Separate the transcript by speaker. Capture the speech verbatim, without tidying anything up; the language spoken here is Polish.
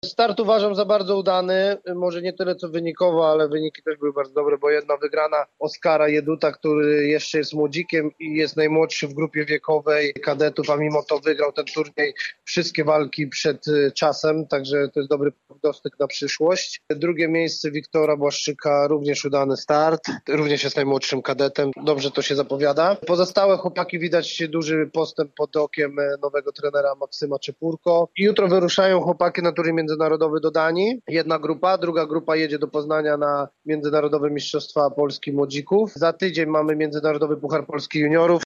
Speaker 1: Start uważam za bardzo udany, może nie tyle co wynikowo, ale wyniki też były bardzo dobre, bo jedna wygrana Oskara Jeduta, który jeszcze jest młodzikiem i jest najmłodszy w grupie wiekowej kadetów, a mimo to wygrał ten turniej wszystkie walki przed czasem, także to jest dobry prognostyk na przyszłość. Drugie miejsce Wiktora Błaszczyka, również udany start, również jest najmłodszym kadetem, dobrze to się zapowiada. Pozostałe chłopaki widać duży postęp pod okiem nowego trenera Maksyma Czepurko. I jutro wyruszają chłopaki na turniej międzynarodowy do Danii. Jedna grupa, druga grupa jedzie do Poznania na Międzynarodowe Mistrzostwa Polski Młodzików. Za tydzień mamy Międzynarodowy Puchar Polski Juniorów.